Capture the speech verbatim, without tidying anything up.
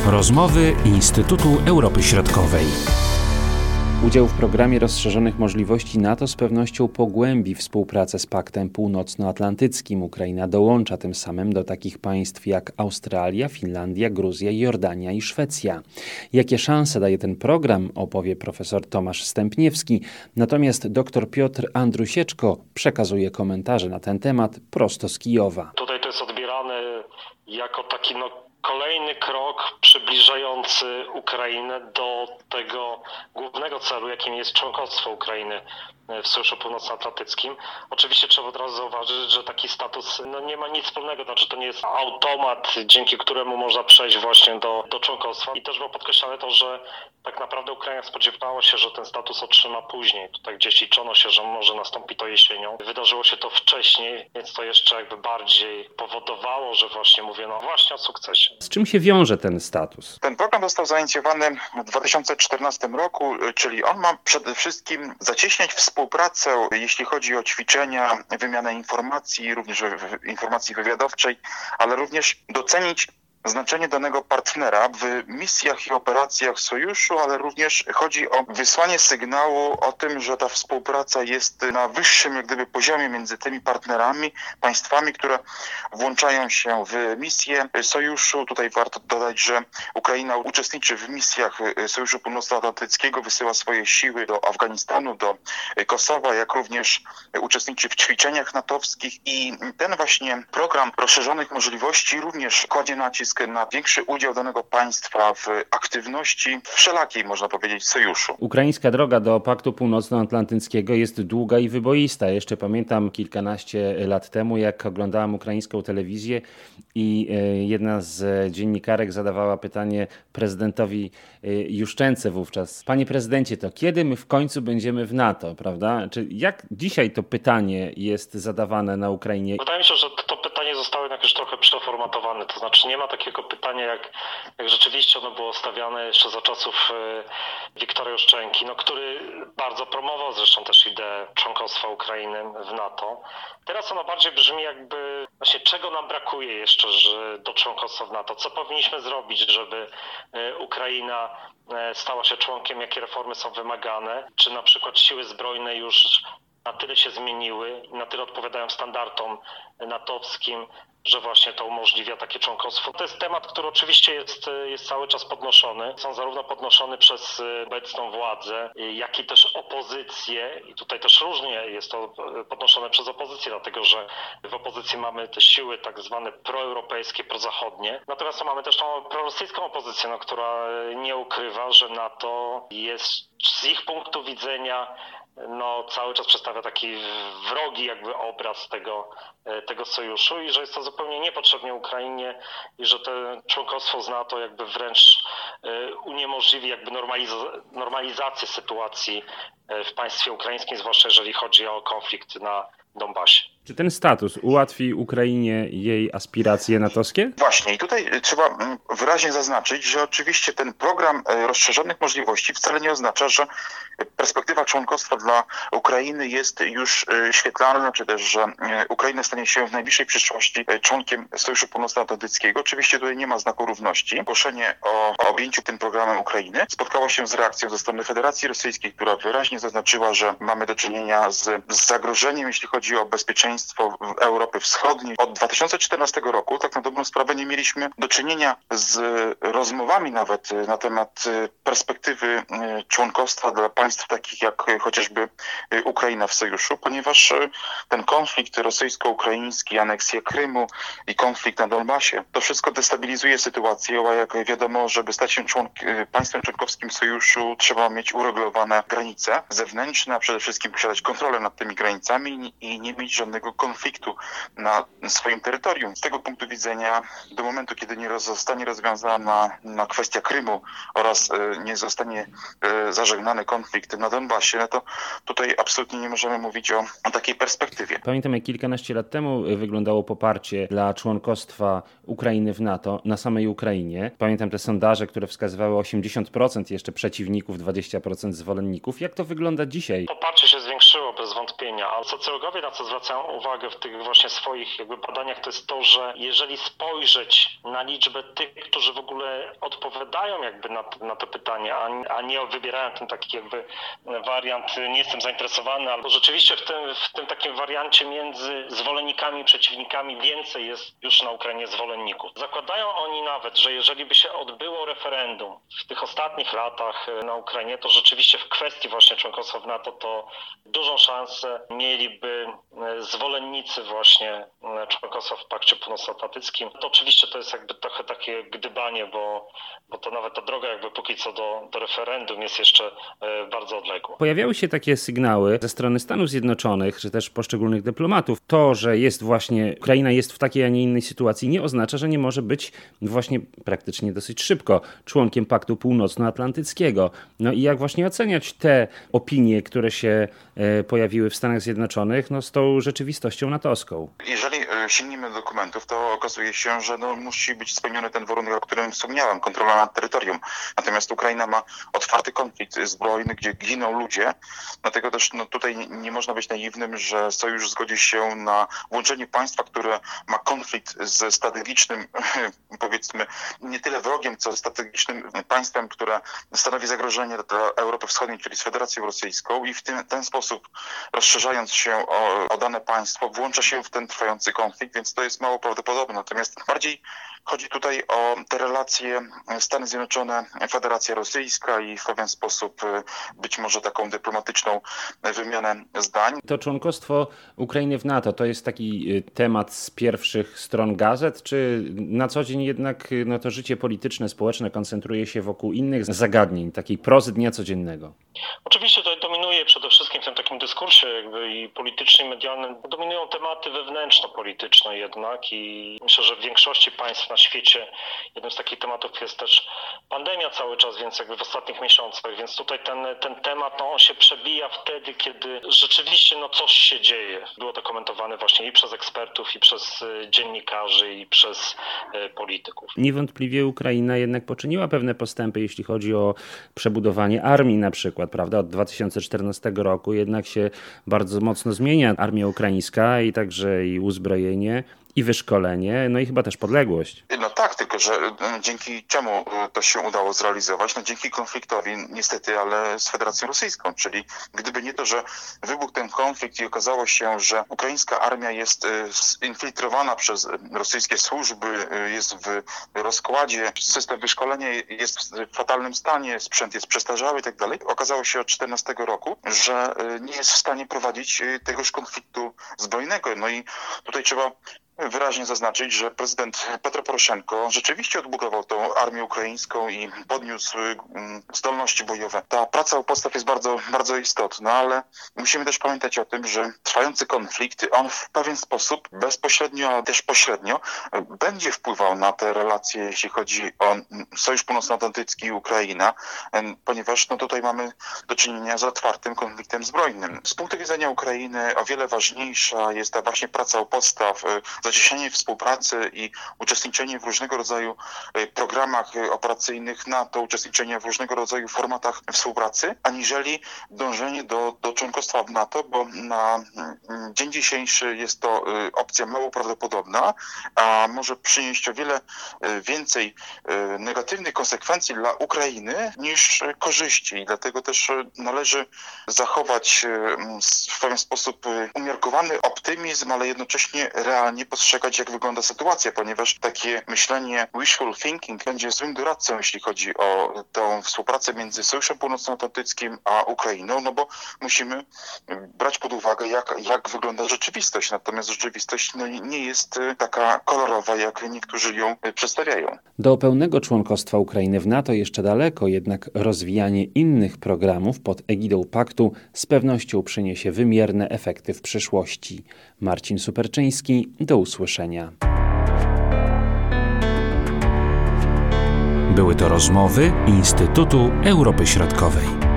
Rozmowy Instytutu Europy Środkowej. Udział w programie rozszerzonych możliwości NATO z pewnością pogłębi współpracę z Paktem Północnoatlantyckim. Ukraina dołącza tym samym do takich państw jak Australia, Finlandia, Gruzja, Jordania i Szwecja. Jakie szanse daje ten program, opowie profesor Tomasz Stępniewski. Natomiast dr Piotr Andrusieczko przekazuje komentarze na ten temat prosto z Kijowa. Tutaj to jest odbierane jako taki no, kolejny krok przybliżający Ukrainę do tego głównego celu, jakim jest członkostwo Ukrainy w Sojuszu Północnoatlantyckim. Oczywiście trzeba od razu zauważyć, że taki status no, nie ma nic wspólnego, znaczy to nie jest automat, dzięki któremu można przejść właśnie do, do członkostwa. I też było podkreślane to, że tak naprawdę Ukraina spodziewała się, że ten status otrzyma później. Tutaj gdzieś liczono się, że może nastąpi to jesienią. Wydarzyło się to wcześniej, więc to jeszcze jakby bardziej powodowało, że właśnie mówię, no właśnie o sukcesie. Z czym się wiąże ten status? Ten program został zainicjowany w dwa tysiące czternastym roku, czyli on ma przede wszystkim zacieśniać współpracę, jeśli chodzi o ćwiczenia, wymianę informacji, również informacji wywiadowczej, ale również docenić znaczenie danego partnera w misjach i operacjach sojuszu, ale również chodzi o wysłanie sygnału o tym, że ta współpraca jest na wyższym jak gdyby poziomie między tymi partnerami, państwami, które włączają się w misje sojuszu. Tutaj warto dodać, że Ukraina uczestniczy w misjach Sojuszu Północnoatlantyckiego, wysyła swoje siły do Afganistanu, do Kosowa, jak również uczestniczy w ćwiczeniach natowskich i ten właśnie program rozszerzonych możliwości również kładzie nacisk na większy udział danego państwa w aktywności wszelakiej, można powiedzieć, sojuszu. Ukraińska droga do Paktu Północnoatlantyckiego jest długa i wyboista. Jeszcze pamiętam kilkanaście lat temu, jak oglądałem ukraińską telewizję i jedna z dziennikarek zadawała pytanie prezydentowi Juszczence wówczas. Panie prezydencie, to kiedy my w końcu będziemy w NATO, prawda? Czy jak dzisiaj to pytanie jest zadawane na Ukrainie? Wydaje mi się, że to pytanie zostało jednak już trochę przeformatowane. To znaczy nie ma takiego pytania, jak, jak rzeczywiście ono było stawiane jeszcze za czasów y, Wiktora Juszczenki, no, który bardzo promował zresztą też ideę członkostwa Ukrainy w NATO. Teraz ono bardziej brzmi jakby właśnie czego nam brakuje jeszcze że do członkostwa w NATO, co powinniśmy zrobić, żeby y, Ukraina y, stała się członkiem, jakie reformy są wymagane, czy na przykład siły zbrojne już na tyle się zmieniły i na tyle odpowiadają standardom natowskim, że właśnie to umożliwia takie członkostwo. To jest temat, który oczywiście jest, jest cały czas podnoszony. Są zarówno podnoszony przez obecną władzę, jak i też opozycję. I tutaj też różnie jest to podnoszone przez opozycję, dlatego że w opozycji mamy te siły tak zwane proeuropejskie, prozachodnie. Natomiast mamy też tą prorosyjską opozycję, no, która nie ukrywa, że NATO jest z ich punktu widzenia no cały czas przedstawia taki wrogi jakby obraz tego, tego sojuszu i że jest to zupełnie niepotrzebnie Ukrainie i że to członkostwo z NATO jakby wręcz uniemożliwi jakby normaliz- normalizację sytuacji w państwie ukraińskim, zwłaszcza jeżeli chodzi o konflikt na Donbasie. Czy ten status ułatwi Ukrainie jej aspiracje natowskie? Właśnie i tutaj trzeba wyraźnie zaznaczyć, że oczywiście ten program rozszerzonych możliwości wcale nie oznacza, że perspektywa członkostwa dla Ukrainy jest już świetlana, czy też, że Ukraina stanie się w najbliższej przyszłości członkiem Sojuszu Północnoatlantyckiego. Oczywiście tutaj nie ma znaku równości. Ogłoszenie o, o objęciu tym programem Ukrainy spotkało się z reakcją ze strony Federacji Rosyjskiej, która wyraźnie zaznaczyła, że mamy do czynienia z, z zagrożeniem, jeśli chodzi o bezpieczeństwo Europy Wschodniej. Od dwa tysiące czternastego roku, tak na dobrą sprawę, nie mieliśmy do czynienia z rozmowami nawet na temat perspektywy członkostwa dla państw takich jak chociażby Ukraina w sojuszu, ponieważ ten konflikt rosyjsko-ukraiński, aneksja Krymu i konflikt na Donbasie, to wszystko destabilizuje sytuację, a jak wiadomo, żeby stać się członk- państwem członkowskim sojuszu, trzeba mieć uregulowane granice zewnętrzne, a przede wszystkim posiadać kontrolę nad tymi granicami i nie mieć żadnego konfliktu na swoim terytorium. Z tego punktu widzenia do momentu, kiedy nie zostanie rozwiązana na kwestia Krymu oraz nie zostanie zażegnany konflikt na Donbasie, no to tutaj absolutnie nie możemy mówić o, o takiej perspektywie. Pamiętam, jak kilkanaście lat temu wyglądało poparcie dla członkostwa Ukrainy w NATO na samej Ukrainie. Pamiętam te sondaże, które wskazywały osiemdziesiąt procent jeszcze przeciwników, dwadzieścia procent zwolenników. Jak to wygląda dzisiaj? Poparcie się zwiększyło bez wątpienia, ale socjologowie na co zwracają uwagę w tych właśnie swoich jakby badaniach, to jest to, że jeżeli spojrzeć na liczbę tych, którzy w ogóle odpowiadają jakby na, na to pytanie, a, a nie wybierają ten taki jakby wariant, nie jestem zainteresowany, albo rzeczywiście w tym, w tym takim wariancie między zwolennikami i przeciwnikami więcej jest już na Ukrainie zwolenników. Zakładają oni nawet, że jeżeli by się odbyło referendum w tych ostatnich latach na Ukrainie, to rzeczywiście w kwestii właśnie członkostwa w NATO to dużą szansę mieliby zwolennicy właśnie członkostwa w Pakcie Północnoatlantyckim. To oczywiście to jest jakby trochę takie gdybanie, bo, bo to nawet ta droga jakby póki co do, do referendum jest jeszcze bardzo odległa. Pojawiały się takie sygnały ze strony Stanów Zjednoczonych, czy też poszczególnych dyplomatów. To, że jest właśnie, Ukraina jest w takiej, a nie innej sytuacji, nie oznacza, że nie może być właśnie praktycznie dosyć szybko członkiem Paktu Północnoatlantyckiego. No i jak właśnie oceniać te opinie, które się e, pojawiły w Stanach Zjednoczonych, no z tą rzeczywistością natowską? Jeżeli sięgniemy do dokumentów, to okazuje się, że no, musi być spełniony ten warunek, o którym wspomniałem, kontrola nad terytorium. Natomiast Ukraina ma otwarty konflikt zbrojny, gdzie giną ludzie. Dlatego też no, tutaj nie, nie można być naiwnym, że sojusz zgodzi się na włączenie państwa, które ma konflikt ze strategicznym, powiedzmy, nie tyle wrogiem, co strategicznym państwem, które stanowi zagrożenie dla Europy Wschodniej, czyli z Federacją Rosyjską, i w ten, ten sposób, rozszerzając się o, o dane państwo, włącza się w ten trwający konflikt, więc to jest mało prawdopodobne. Natomiast bardziej chodzi tutaj o te relacje Stany Zjednoczone, Federacja Rosyjska i w pewien sposób być może taką dyplomatyczną wymianę zdań. To członkostwo Ukrainy w NATO to jest taki temat z pierwszych stron gazet, czy na co dzień jednak no, to życie polityczne, społeczne koncentruje się wokół innych zagadnień, takiej prozy dnia codziennego? Oczywiście tutaj dominuje przede wszystkim w tym takim dyskursie jakby i politycznym, i medialnym, dominują tematy wewnętrzno-polityczne jednak i myślę, że w większości państw na świecie jednym z takich tematów jest też pandemia cały czas, więc jakby w ostatnich miesiącach, więc tutaj ten, ten temat, no on się przebija wtedy, kiedy rzeczywiście no coś się dzieje. Było to komentowane właśnie i przez ekspertów, i przez dziennikarzy, i przez e, polityków. Niewątpliwie Ukraina jednak poczyniła pewne postępy, jeśli chodzi o przebudowanie armii na przykład, prawda? Od dwa tysiące czternastego roku jednak się bardzo mocno zmienia armia ukraińska i także i uzbrojenie, i wyszkolenie, no i chyba też podległość. No tak, tylko że dzięki czemu to się udało zrealizować? No dzięki konfliktowi niestety, ale z Federacją Rosyjską, czyli gdyby nie to, że wybuchł ten konflikt i okazało się, że ukraińska armia jest infiltrowana przez rosyjskie służby, jest w rozkładzie, system wyszkolenia jest w fatalnym stanie, sprzęt jest przestarzały i tak dalej. Okazało się od czternastego roku, że nie jest w stanie prowadzić tegoż konfliktu zbrojnego. No i tutaj trzeba wyraźnie zaznaczyć, że prezydent Petro Poroszenko rzeczywiście odbudował tą armię ukraińską i podniósł zdolności bojowe. Ta praca u podstaw jest bardzo, bardzo istotna, ale musimy też pamiętać o tym, że trwający konflikt, on w pewien sposób bezpośrednio, ale też pośrednio będzie wpływał na te relacje, jeśli chodzi o Sojusz Północnoatlantycki i Ukraina, ponieważ no tutaj mamy do czynienia z otwartym konfliktem zbrojnym. Z punktu widzenia Ukrainy o wiele ważniejsza jest ta właśnie praca u podstaw, zacieśnianie współpracy i uczestniczenie w różnego rodzaju programach operacyjnych NATO, uczestniczenie w różnego rodzaju formatach współpracy, aniżeli dążenie do, do członkostwa w NATO, bo na dzień dzisiejszy jest to opcja mało prawdopodobna, a może przynieść o wiele więcej negatywnych konsekwencji dla Ukrainy niż korzyści. I dlatego też należy zachować w pewien sposób umiarkowany optymizm, ale jednocześnie realnie postrzegać, jak wygląda sytuacja, ponieważ takie myślenie wishful thinking będzie złym doradcą, jeśli chodzi o tą współpracę między Sojuszem Północnoatlantyckim a Ukrainą, no bo musimy brać pod uwagę, jak, jak wygląda rzeczywistość. Natomiast rzeczywistość no, nie jest taka kolorowa, jak niektórzy ją przedstawiają. Do pełnego członkostwa Ukrainy w NATO jeszcze daleko, jednak rozwijanie innych programów pod egidą paktu z pewnością przyniesie wymierne efekty w przyszłości. Marcin Superczyński, do usłyszenia. Były to rozmowy Instytutu Europy Środkowej.